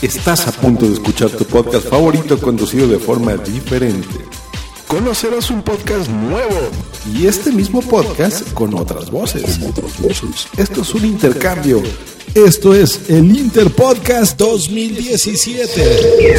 Estás a punto de escuchar tu podcast favorito conducido de forma diferente. Conocerás un podcast nuevo y este mismo podcast con otras voces. Esto es un intercambio. Esto es el Interpodcast 2017.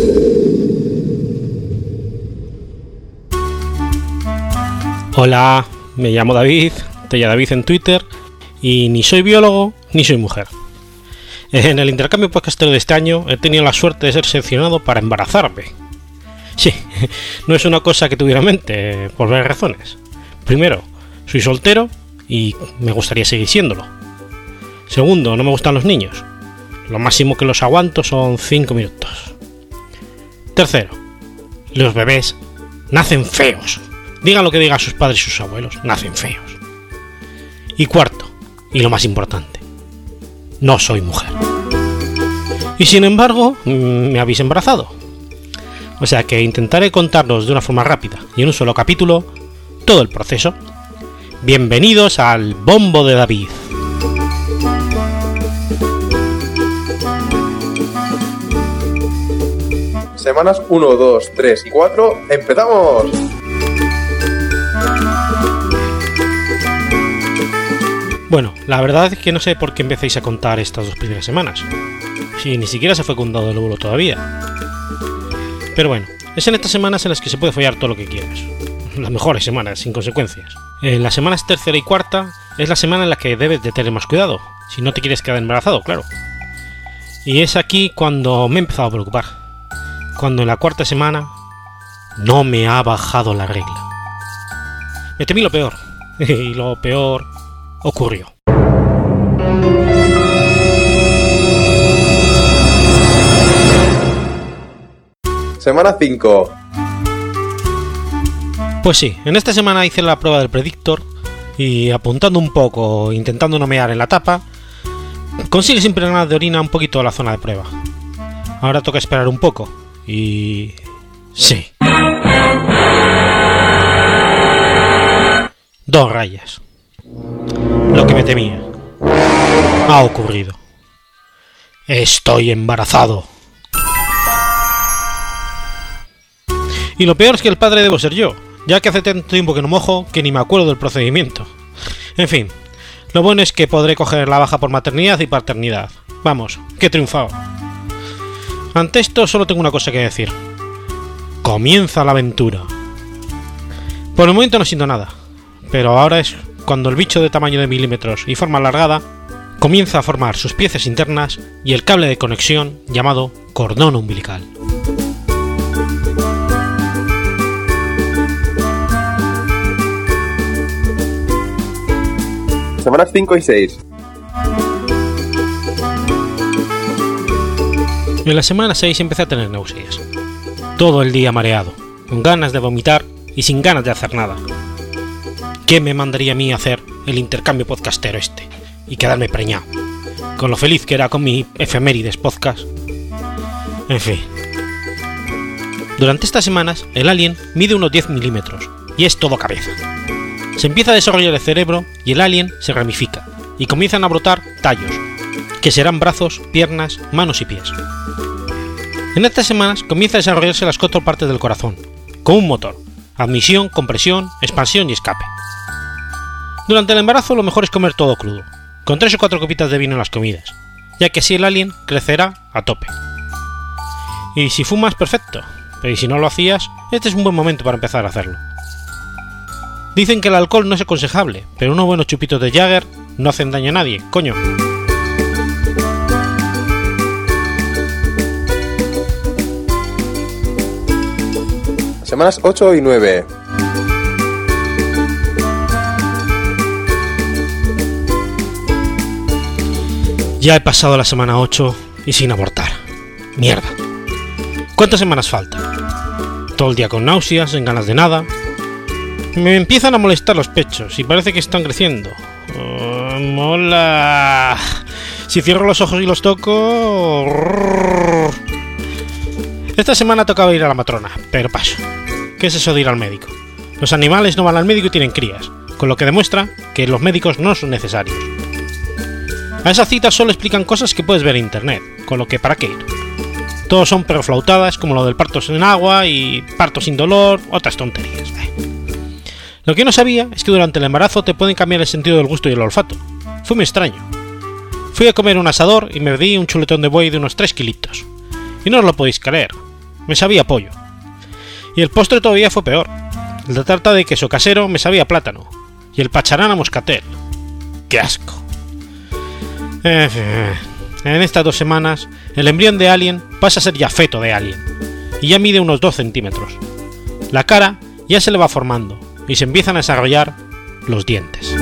Hola, me llamo David, te llamo David en Twitter y ni soy biólogo ni soy mujer. En el intercambio podcastero de este año he tenido la suerte de ser seleccionado para embarazarme. Sí, no es una cosa que tuviera en mente, por varias razones. Primero, soy soltero y me gustaría seguir siéndolo. Segundo, no me gustan los niños. Lo máximo que los aguanto son 5 minutos. Tercero, los bebés nacen feos. Digan lo que digan sus padres y sus abuelos, nacen feos. Y cuarto, y lo más importante, no soy mujer. Y sin embargo, me habéis embarazado. O sea que intentaré contaros de una forma rápida y en un solo capítulo todo el proceso. Bienvenidos al Bombo de David. Semanas 1, 2, 3 y 4, ¡empezamos! Bueno, la verdad es que no sé por qué empecéis a contar estas 2 primeras semanas. Si ni siquiera se fue contado el óvulo todavía. Pero bueno, es en estas semanas en las que se puede follar todo lo que quieras. Las mejores semanas, sin consecuencias. En las semanas tercera y cuarta es la semana en la que debes de tener más cuidado, si no te quieres quedar embarazado, claro. Y es aquí cuando me he empezado a preocupar. Cuando en la cuarta semana no me ha bajado la regla. Me temí lo peor, y lo peor ocurrió. Semana 5. Pues sí, en esta semana hice la prueba del predictor y apuntando un poco, intentando no mear en la tapa, consigues impregnar de orina un poquito la zona de prueba. Ahora toca esperar un poco y... sí. 2 rayas. Lo que me temía. Ha ocurrido. Estoy embarazado. Y lo peor es que el padre debo ser yo, ya que hace tanto tiempo que no mojo que ni me acuerdo del procedimiento. En fin, lo bueno es que podré coger la baja por maternidad y paternidad. Vamos, que he triunfado. Ante esto solo tengo una cosa que decir. Comienza la aventura. Por el momento no siento nada, pero ahora es cuando el bicho de tamaño de milímetros y forma alargada comienza a formar sus piezas internas y el cable de conexión llamado cordón umbilical. Semanas 5 y 6. En la semana 6 empecé a tener náuseas. Todo el día mareado, con ganas de vomitar y sin ganas de hacer nada. ¿Qué me mandaría a mí a hacer el intercambio podcastero este? Y quedarme preñado, con lo feliz que era con mi efemérides podcast. En fin. Durante estas semanas, el alien mide unos 10 milímetros y es todo cabeza. Se empieza a desarrollar el cerebro y el alien se ramifica y comienzan a brotar tallos, que serán brazos, piernas, manos y pies. En estas semanas comienza a desarrollarse las 4 partes del corazón, con un motor, admisión, compresión, expansión y escape. Durante el embarazo lo mejor es comer todo crudo, con 3 o 4 copitas de vino en las comidas, ya que así el alien crecerá a tope. Y si fumas, perfecto, pero si no lo hacías, este es un buen momento para empezar a hacerlo. Dicen que el alcohol no es aconsejable, pero unos buenos chupitos de Jagger no hacen daño a nadie, coño. Semanas 8 y 9. Ya he pasado la semana 8 y sin abortar. Mierda. ¿Cuántas semanas faltan? Todo el día con náuseas, sin ganas de nada. Me empiezan a molestar los pechos y parece que están creciendo. Oh, mola. Si cierro los ojos y los toco... Esta semana tocaba ir a la matrona, pero paso. ¿Qué es eso de ir al médico? Los animales no van al médico y tienen crías, con lo que demuestra que los médicos no son necesarios. A esas citas solo explican cosas que puedes ver en internet, con lo que ¿para qué ir? Todos son perroflautadas como lo del parto sin agua y parto sin dolor, otras tonterías. Lo que no sabía es que durante el embarazo te pueden cambiar el sentido del gusto y el olfato. Fue muy extraño. Fui a comer un asador y me di un chuletón de buey de unos 3 kilitos. Y no os lo podéis creer. Me sabía pollo. Y el postre todavía fue peor. La tarta de queso casero me sabía plátano. Y el pacharán a moscatel. ¡Qué asco! En estas 2 semanas, el embrión de Alien pasa a ser ya feto de Alien. Y ya mide unos 2 centímetros. La cara ya se le va formando. Y se empiezan a desarrollar los dientes.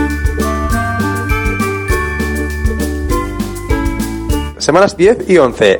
Semanas 10 y 11.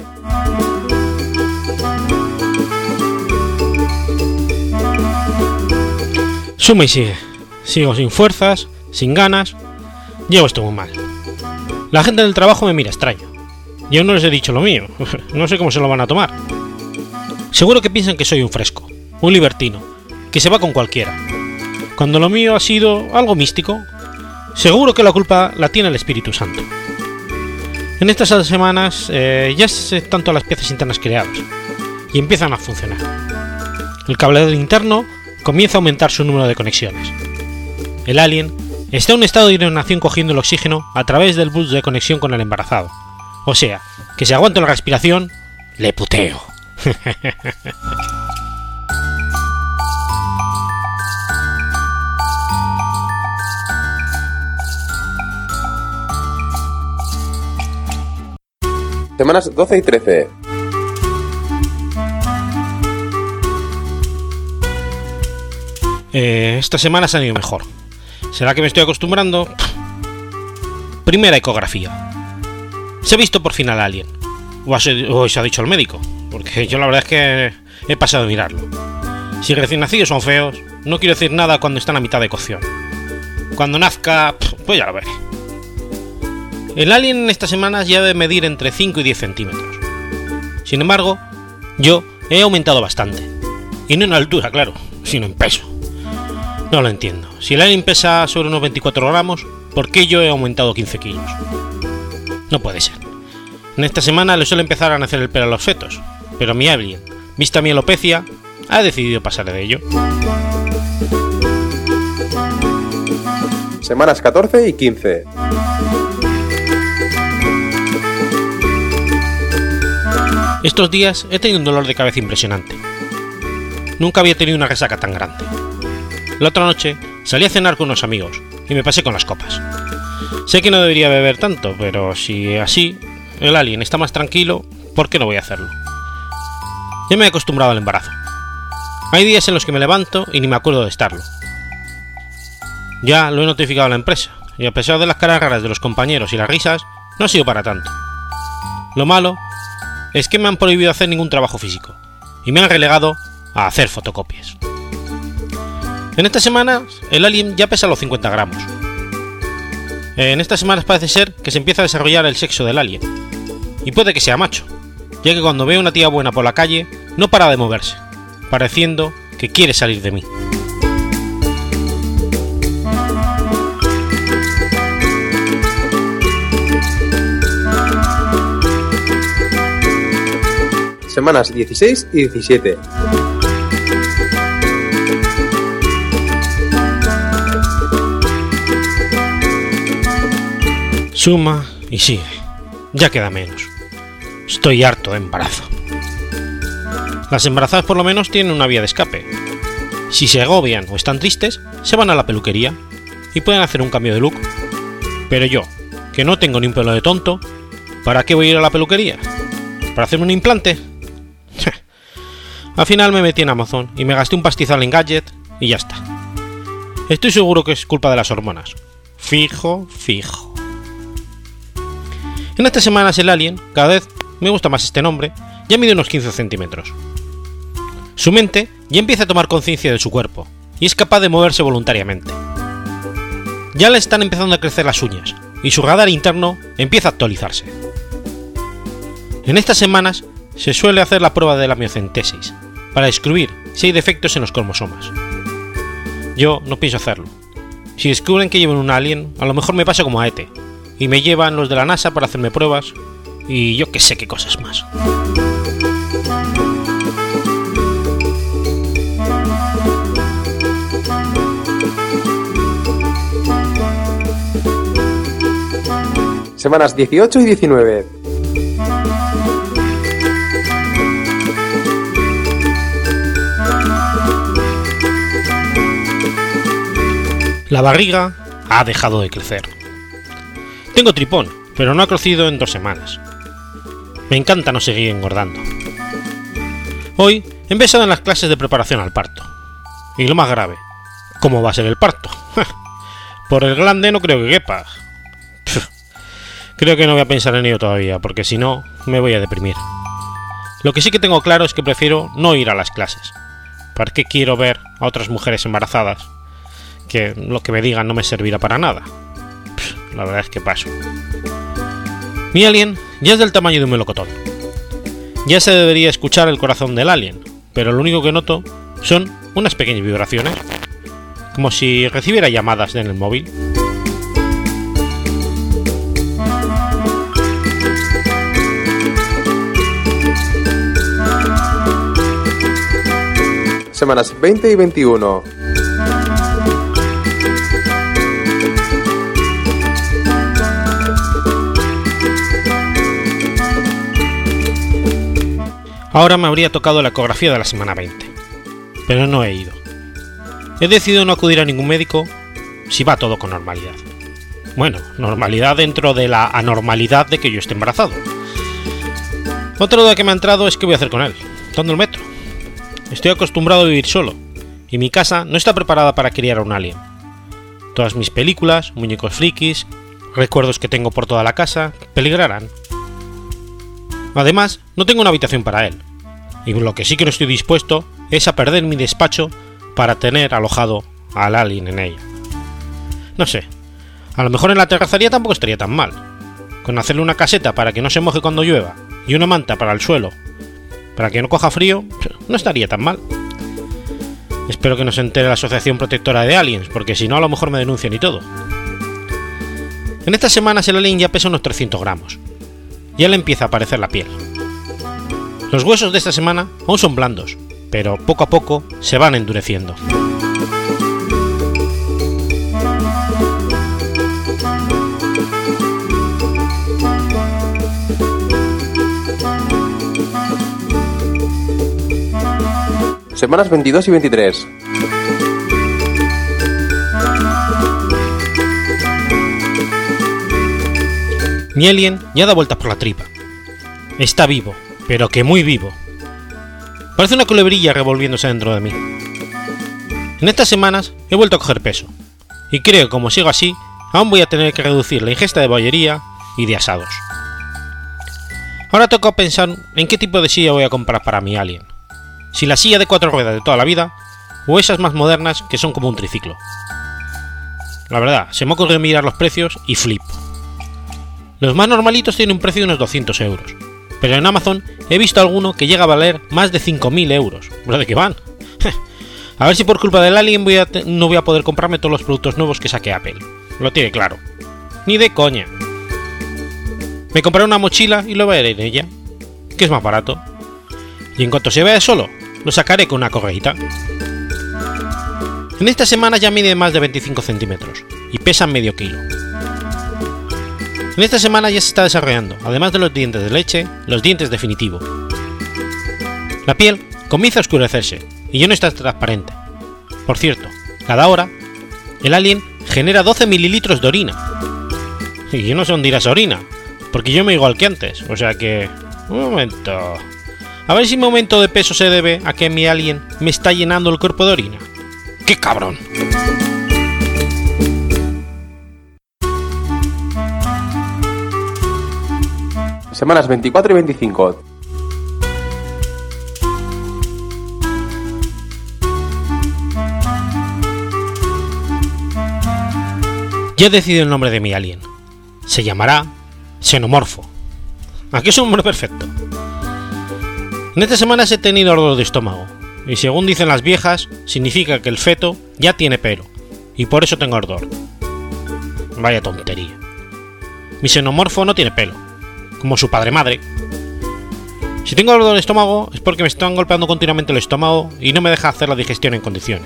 Suma y sigue. Sigo sin fuerzas, sin ganas. Llevo esto muy mal. La gente del trabajo me mira extraño. Yo no les he dicho lo mío. No sé cómo se lo van a tomar. Seguro que piensan que soy un fresco, un libertino, que se va con cualquiera. Cuando lo mío ha sido algo místico, seguro que la culpa la tiene el Espíritu Santo. En estas semanas ya están todas las piezas internas creadas y empiezan a funcionar. El cableado interno comienza a aumentar su número de conexiones. El Alien está en un estado de hibernación cogiendo el oxígeno a través del bus de conexión con el embarazado. O sea, que si aguanto la respiración, le puteo. Semanas 12 y 13. Esta semana se han ido mejor. ¿Será que me estoy acostumbrando? Primera ecografía. Se ha visto por fin al Alien. O se ha dicho el médico. Porque yo la verdad es que he pasado a mirarlo. Si recién nacidos son feos, no quiero decir nada cuando están a mitad de cocción. Cuando nazca, pues ya lo veré. El Alien en estas semanas ya debe medir entre 5 y 10 centímetros. Sin embargo, yo he aumentado bastante. Y no en altura, claro, sino en peso. No lo entiendo. Si el Alien pesa sobre unos 24 gramos, ¿por qué yo he aumentado 15 kilos? No puede ser. En esta semana le suele empezar a nacer el pelo a los fetos, pero mi Alien, vista mi alopecia, ha decidido pasar de ello. Semanas 14 y 15. Estos días he tenido un dolor de cabeza impresionante. Nunca había tenido una resaca tan grande. La otra noche salí a cenar con unos amigos y me pasé con las copas. Sé que no debería beber tanto, pero si así el Alien está más tranquilo, ¿por qué no voy a hacerlo? Ya me he acostumbrado al embarazo. Hay días en los que me levanto y ni me acuerdo de estarlo. Ya lo he notificado a la empresa, y a pesar de las caras raras de los compañeros y las risas, no ha sido para tanto. Lo malo es que me han prohibido hacer ningún trabajo físico, y me han relegado a hacer fotocopias. En estas semanas, el Alien ya pesa los 50 gramos. En estas semanas parece ser que se empieza a desarrollar el sexo del Alien, y puede que sea macho, ya que cuando veo una tía buena por la calle, no para de moverse, pareciendo que quiere salir de mí. Semanas 16 y 17. Suma y sigue. Ya queda menos. Estoy harto de embarazo. Las embarazadas por lo menos tienen una vía de escape. Si se agobian o están tristes, se van a la peluquería y pueden hacer un cambio de look. Pero yo, que no tengo ni un pelo de tonto, ¿para qué voy a ir a la peluquería? ¿Para hacerme un implante? Al final me metí en Amazon y me gasté un pastizal en gadget y ya está. Estoy seguro que es culpa de las hormonas. Fijo. En estas semanas el Alien, cada vez me gusta más este nombre, ya mide unos 15 centímetros. Su mente ya empieza a tomar conciencia de su cuerpo y es capaz de moverse voluntariamente. Ya le están empezando a crecer las uñas y su radar interno empieza a actualizarse. En estas semanas se suele hacer la prueba de la miocentesis para descubrir si hay defectos en los cromosomas. Yo no pienso hacerlo. Si descubren que llevo un Alien, a lo mejor me pasa como a ET y me llevan los de la NASA para hacerme pruebas y yo que sé qué cosas más. Semanas 18 y 19. La barriga ha dejado de crecer. Tengo tripón, pero no ha crecido en 2 semanas. Me encanta no seguir engordando. Hoy he empezado en las clases de preparación al parto. Y lo más grave, ¿cómo va a ser el parto? Por el glande no creo que quepa. Creo que no voy a pensar en ello todavía, porque si no, me voy a deprimir. Lo que sí que tengo claro es que prefiero no ir a las clases. ¿Para qué quiero ver a otras mujeres embarazadas? Que lo que me digan no me servirá para nada. La verdad es que paso. Mi alien ya es del tamaño de un melocotón. Ya se debería escuchar el corazón del alien, pero lo único que noto son unas pequeñas vibraciones, como si recibiera llamadas en el móvil. Semanas 20 y 21. Ahora me habría tocado la ecografía de la semana 20, pero no he ido. He decidido no acudir a ningún médico si va todo con normalidad. Bueno, normalidad dentro de la anormalidad de que yo esté embarazado. Otra duda que me ha entrado es qué voy a hacer con él, dando el metro. Estoy acostumbrado a vivir solo, y mi casa no está preparada para criar a un alien. Todas mis películas, muñecos frikis, recuerdos que tengo por toda la casa, peligrarán. Además, no tengo una habitación para él, y lo que sí que no estoy dispuesto es a perder mi despacho para tener alojado al alien en ella. No sé, a lo mejor en la terracería tampoco estaría tan mal, con hacerle una caseta para que no se moje cuando llueva y una manta para el suelo, para que no coja frío, no estaría tan mal. Espero que no se entere la Asociación Protectora de Aliens, porque si no a lo mejor me denuncian y todo. En estas semanas el alien ya pesa unos 300 gramos. Ya le empieza a aparecer la piel. Los huesos de esta semana aún son blandos, pero poco a poco se van endureciendo. Semanas 22 y 23. Mi alien ya da vueltas por la tripa. Está vivo, pero que muy vivo. Parece una culebrilla revolviéndose dentro de mí. En estas semanas he vuelto a coger peso, y creo que como sigo así, aún voy a tener que reducir la ingesta de bollería y de asados. Ahora toca pensar en qué tipo de silla voy a comprar para mi alien. Si la silla de 4 ruedas de toda la vida, o esas más modernas que son como un triciclo. La verdad, se me ocurre mirar los precios y flipo. Los más normalitos tienen un precio de unos 200 euros, pero en Amazon he visto alguno que llega a valer más de 5.000 euros. ¿Pero de qué van? A ver si por culpa del alien no voy a poder comprarme todos los productos nuevos que saque Apple. Lo tiene claro. Ni de coña. Me compraré una mochila y lo veré en ella, que es más barato. Y en cuanto se vea solo, lo sacaré con una correíta. En esta semana ya mide más de 25 centímetros y pesa medio kilo. En esta semana ya se está desarrollando, además de los dientes de leche, los dientes definitivo. La piel comienza a oscurecerse y ya no está transparente. Por cierto, cada hora, el alien genera 12 mililitros de orina. Y yo no sé dónde irá esa orina, porque yo me digo igual que antes, o sea que... Un momento... A ver si mi aumento de peso se debe a que mi alien me está llenando el cuerpo de orina. ¡Qué cabrón! Semanas 24 y 25. Ya he decidido el nombre de mi alien. Se llamará Xenomorfo. Aquí es un nombre perfecto. En estas semanas he tenido ardor de estómago, y según dicen las viejas, significa que el feto ya tiene pelo, y por eso tengo ardor. Vaya tontería. Mi xenomorfo no tiene pelo, como su padre-madre. Si tengo ardor de estómago es porque me están golpeando continuamente el estómago y no me deja hacer la digestión en condiciones.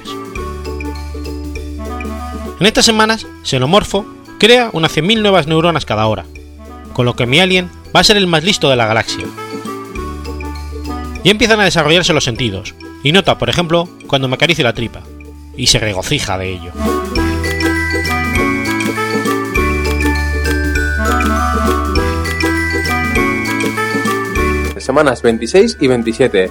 En estas semanas, Xenomorfo crea unas 100.000 nuevas neuronas cada hora, con lo que mi alien va a ser el más listo de la galaxia. Ya empiezan a desarrollarse los sentidos, y nota, por ejemplo, cuando me acaricio la tripa, y se regocija de ello. Semanas 26 y 27.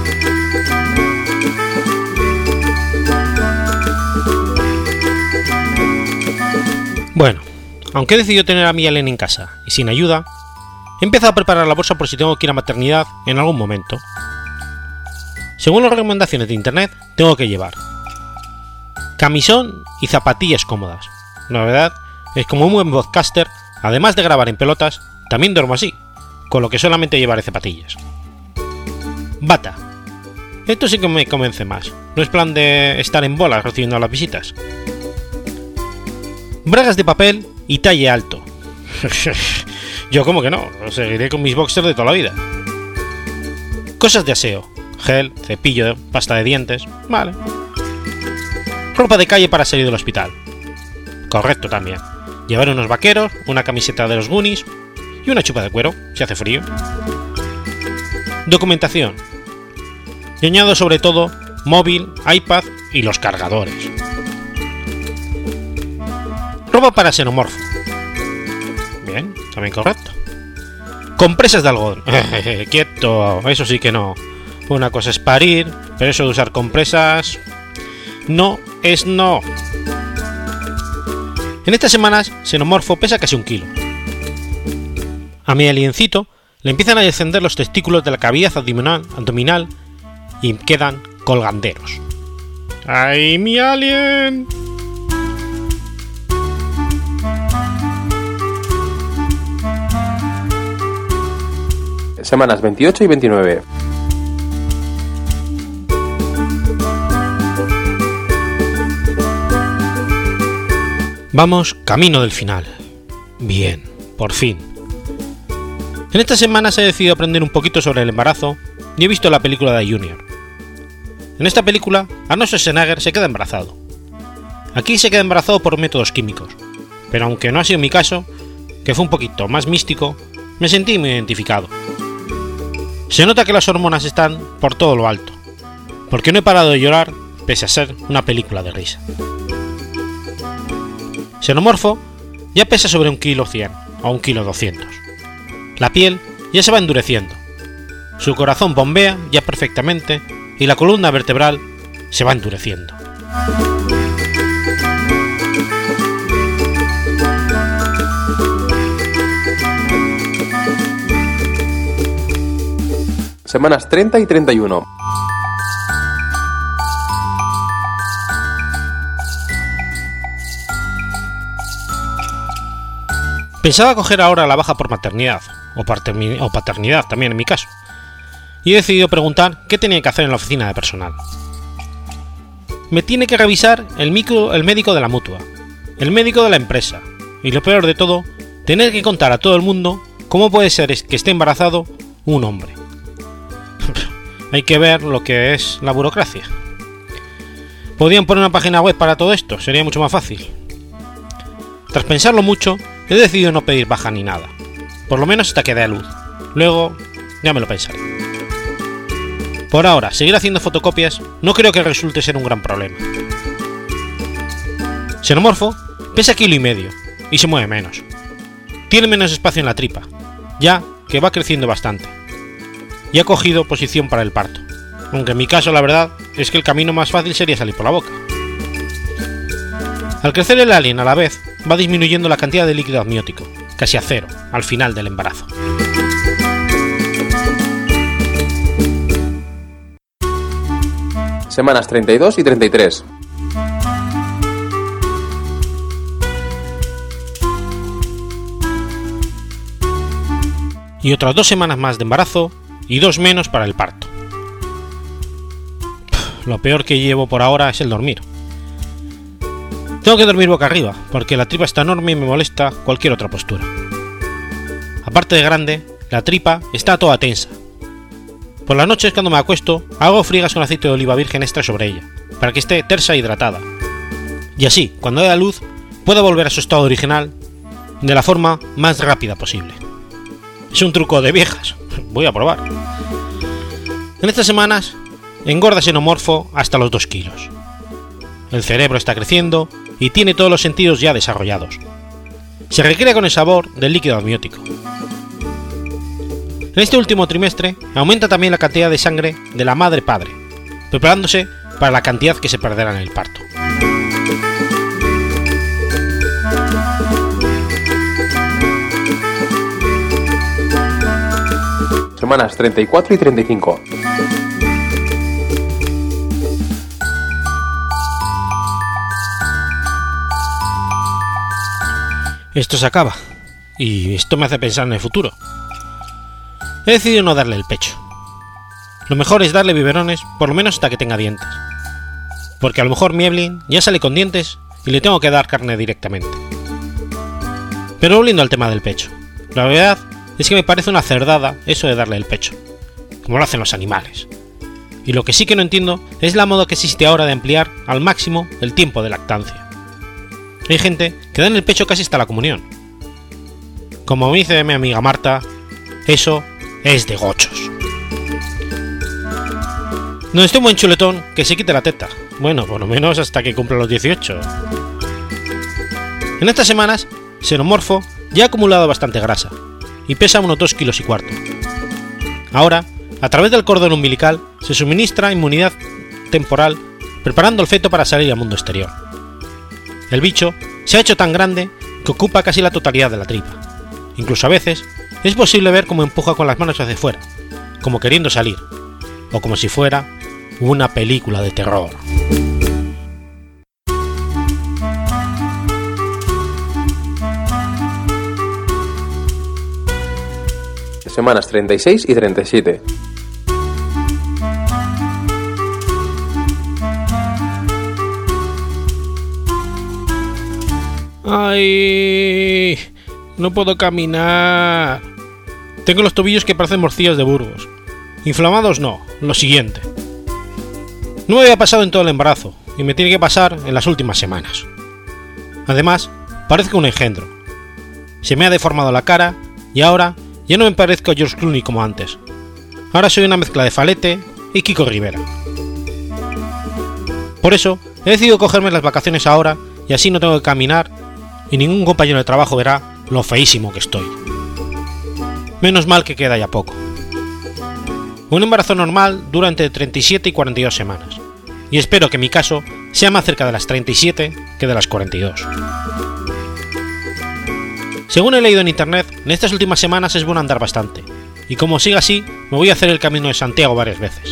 Bueno, aunque he decidido tener a mi alien en casa y sin ayuda, he empezado a preparar la bolsa por si tengo que ir a maternidad en algún momento. Según las recomendaciones de internet, tengo que llevar camisón y zapatillas cómodas. La verdad es que como un buen podcaster, además de grabar en pelotas, también duermo así, con lo que solamente llevaré zapatillas. Bata. Esto sí que me convence más, no es plan de estar en bolas recibiendo a las visitas. Bragas de papel y talle alto. Yo como que no, seguiré con mis boxers de toda la vida. Cosas de aseo, gel, cepillo, pasta de dientes, vale. Ropa de calle para salir del hospital. Correcto también. Llevar unos vaqueros, una camiseta de los Goonies y una chupa de cuero, si hace frío. Documentación. Y añado sobre todo móvil, iPad y los cargadores. Ropa para xenomorfo. Bien, también correcto. Compresas de algodón. Quieto, eso sí que no. Una cosa es parir, pero eso de usar compresas no es no. En estas semanas, xenomorfo pesa casi 1 kilo. A mi aliencito le empiezan a descender los testículos de la cavidad abdominal y quedan colganderos. ¡Ay, mi alien! Semanas 28 y 29. Vamos camino del final. Bien, por fin. En estas semanas he decidido aprender un poquito sobre el embarazo y he visto la película de Junior. En esta película, Arnold Schwarzenegger se queda embarazado. Aquí se queda embarazado por métodos químicos, pero aunque no ha sido mi caso, que fue un poquito más místico, me sentí muy identificado. Se nota que las hormonas están por todo lo alto, porque no he parado de llorar pese a ser una película de risa. Xenomorfo ya pesa sobre 1,1 kg o 1,2 kg. La piel ya se va endureciendo, su corazón bombea ya perfectamente y la columna vertebral se va endureciendo. Semanas 30 y 31. Pensaba coger ahora la baja por maternidad, o paternidad también en mi caso, y he decidido preguntar qué tenía que hacer en la oficina de personal. Me tiene que revisar el médico de la mutua, el médico de la empresa, y lo peor de todo, tener que contar a todo el mundo cómo puede ser que esté embarazado un hombre. Hay que ver lo que es la burocracia. Podrían poner una página web para todo esto, sería mucho más fácil. Tras pensarlo mucho, he decidido no pedir baja ni nada, por lo menos hasta que dé a luz. Luego ya me lo pensaré. Por ahora, seguir haciendo fotocopias no creo que resulte ser un gran problema. Xenomorfo pesa 1,5 kg y se mueve menos. Tiene menos espacio en la tripa, ya que va creciendo bastante. Y ha cogido posición para el parto, aunque en mi caso la verdad es que el camino más fácil sería salir por la boca. Al crecer el alien a la vez va disminuyendo la cantidad de líquido amniótico, casi a 0, al final del embarazo. Semanas 32 y 33. Y otras 2 semanas más de embarazo y 2 menos para el parto. Lo peor que llevo por ahora es el dormir. Tengo que dormir boca arriba, porque la tripa está enorme y me molesta cualquier otra postura. Aparte de grande, la tripa está toda tensa. Por las noches cuando me acuesto, hago friegas con aceite de oliva virgen extra sobre ella, para que esté tersa e hidratada. Y así, cuando dé a luz, pueda volver a su estado original de la forma más rápida posible. Es un truco de viejas, voy a probar. En estas semanas engorda Xenomorfo hasta los 2 kilos. El cerebro está creciendo y tiene todos los sentidos ya desarrollados. Se recrea con el sabor del líquido amniótico. En este último trimestre aumenta también la cantidad de sangre de la madre-padre, preparándose para la cantidad que se perderá en el parto. Semanas 34 y 35. Esto se acaba, y esto me hace pensar en el futuro. He decidido no darle el pecho. Lo mejor es darle biberones por lo menos hasta que tenga dientes. Porque a lo mejor Mieblin ya sale con dientes y le tengo que dar carne directamente. Pero volviendo al tema del pecho, la verdad es que me parece una cerdada eso de darle el pecho, como lo hacen los animales. Y lo que sí que no entiendo es la moda que existe ahora de ampliar al máximo el tiempo de lactancia. Hay gente que da en el pecho casi hasta la comunión. Como me dice mi amiga Marta, eso es de gochos. No estoy muy chuletón que se quite la teta. Bueno, por lo menos hasta que cumpla los 18. En estas semanas, Xenomorfo ya ha acumulado bastante grasa y pesa unos 2,25 kilos. Ahora, a través del cordón umbilical, se suministra inmunidad temporal, preparando el feto para salir al mundo exterior. El bicho se ha hecho tan grande que ocupa casi la totalidad de la tripa. Incluso a veces es posible ver cómo empuja con las manos hacia fuera, como queriendo salir, o como si fuera una película de terror. Semanas 36 y 37. ¡Ay! No puedo caminar. Tengo los tobillos que parecen morcillas de Burgos. Inflamados no, lo siguiente. No me había pasado en todo el embarazo, y me tiene que pasar en las últimas semanas. Además, parezco un engendro. Se me ha deformado la cara, y ahora ya no me parezco a George Clooney como antes. Ahora soy una mezcla de Falete y Kiko Rivera. Por eso, he decidido cogerme las vacaciones ahora, y así no tengo que caminar, y ningún compañero de trabajo verá lo feísimo que estoy. Menos mal que queda ya poco. Un embarazo normal dura entre 37 y 42 semanas, y espero que mi caso sea más cerca de las 37 que de las 42. Según he leído en internet, en estas últimas semanas es bueno andar bastante, y como siga así, me voy a hacer el Camino de Santiago varias veces.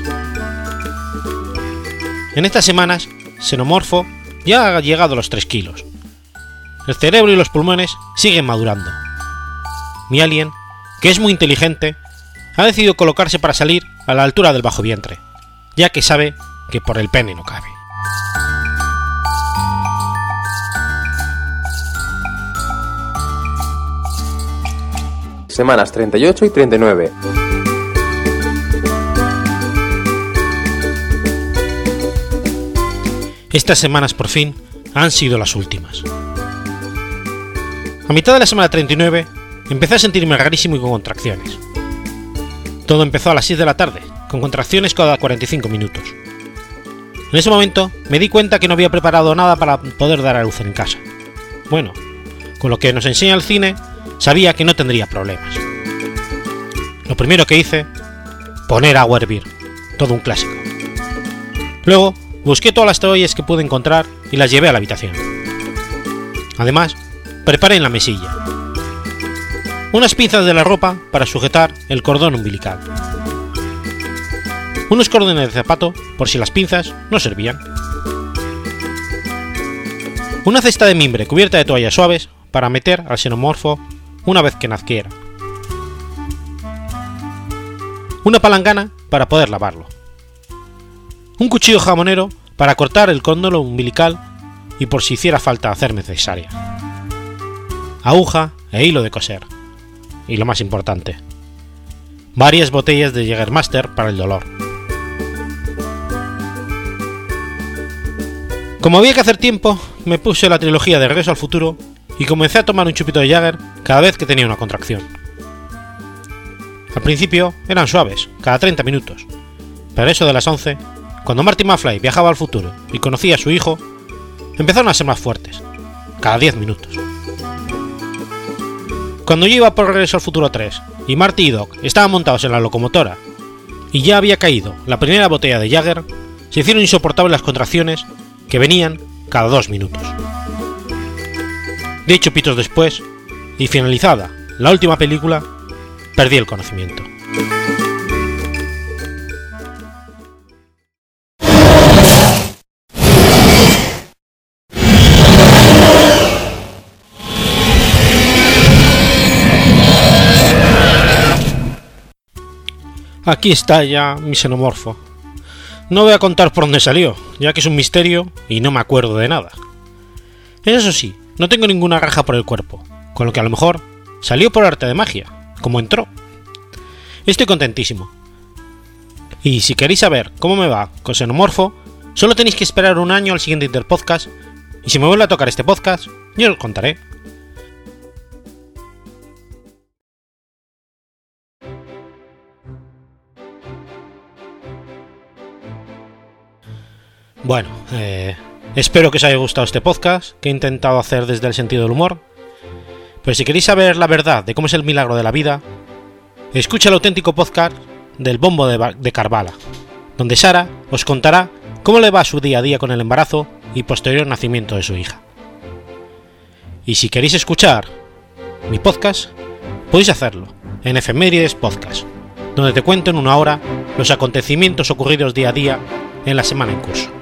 En estas semanas, Xenomorfo ya ha llegado a los 3 kilos. El cerebro y los pulmones siguen madurando. Mi alien, que es muy inteligente, ha decidido colocarse para salir a la altura del bajo vientre, ya que sabe que por el pene no cabe. Semanas 38 y 39. Estas semanas por fin han sido las últimas. A mitad de la semana 39 empecé a sentirme rarísimo y con contracciones. Todo empezó a las 6 de la tarde, con contracciones cada 45 minutos. En ese momento me di cuenta que no había preparado nada para poder dar a luz en casa. Bueno, con lo que nos enseña el cine, sabía que no tendría problemas. Lo primero que hice, poner agua a hervir, todo un clásico. Luego, busqué todas las toallas que pude encontrar y las llevé a la habitación. Además, preparé en la mesilla unas pinzas de la ropa para sujetar el cordón umbilical, unos cordones de zapato por si las pinzas no servían, una cesta de mimbre cubierta de toallas suaves para meter al Xenomorfo una vez que naciera, una palangana para poder lavarlo, un cuchillo jamonero para cortar el cordón umbilical y por si hiciera falta hacerme cesárea, aguja e hilo de coser, y lo más importante, varias botellas de Jägermeister para el dolor. Como había que hacer tiempo, me puse la trilogía de Regreso al Futuro y comencé a tomar un chupito de Jagger cada vez que tenía una contracción. Al principio eran suaves, cada 30 minutos, pero eso de las 11, cuando Marty McFly viajaba al futuro y conocía a su hijo, empezaron a ser más fuertes, cada 10 minutos. Cuando yo iba por Regreso al Futuro 3 y Marty y Doc estaban montados en la locomotora y ya había caído la primera botella de Jagger, se hicieron insoportables las contracciones que venían cada 2 minutos. 10 chupitos después, y finalizada la última película, perdí el conocimiento. Aquí está ya mi xenomorfo. No voy a contar por dónde salió, ya que es un misterio y no me acuerdo de nada. Eso sí, no tengo ninguna raja por el cuerpo, con lo que a lo mejor salió por arte de magia, como entró. Estoy contentísimo. Y si queréis saber cómo me va con xenomorfo, solo tenéis que esperar un año al siguiente Interpodcast, y si me vuelve a tocar este podcast, yo os contaré. Bueno, espero que os haya gustado este podcast que he intentado hacer desde el sentido del humor. Pero si queréis saber la verdad de cómo es el milagro de la vida, escucha el auténtico podcast del Bombo de Carvala, donde Sara os contará cómo le va su día a día con el embarazo y posterior nacimiento de su hija. Y si queréis escuchar mi podcast, podéis hacerlo en Efemérides Podcast, donde te cuento en una hora los acontecimientos ocurridos día a día en la semana en curso.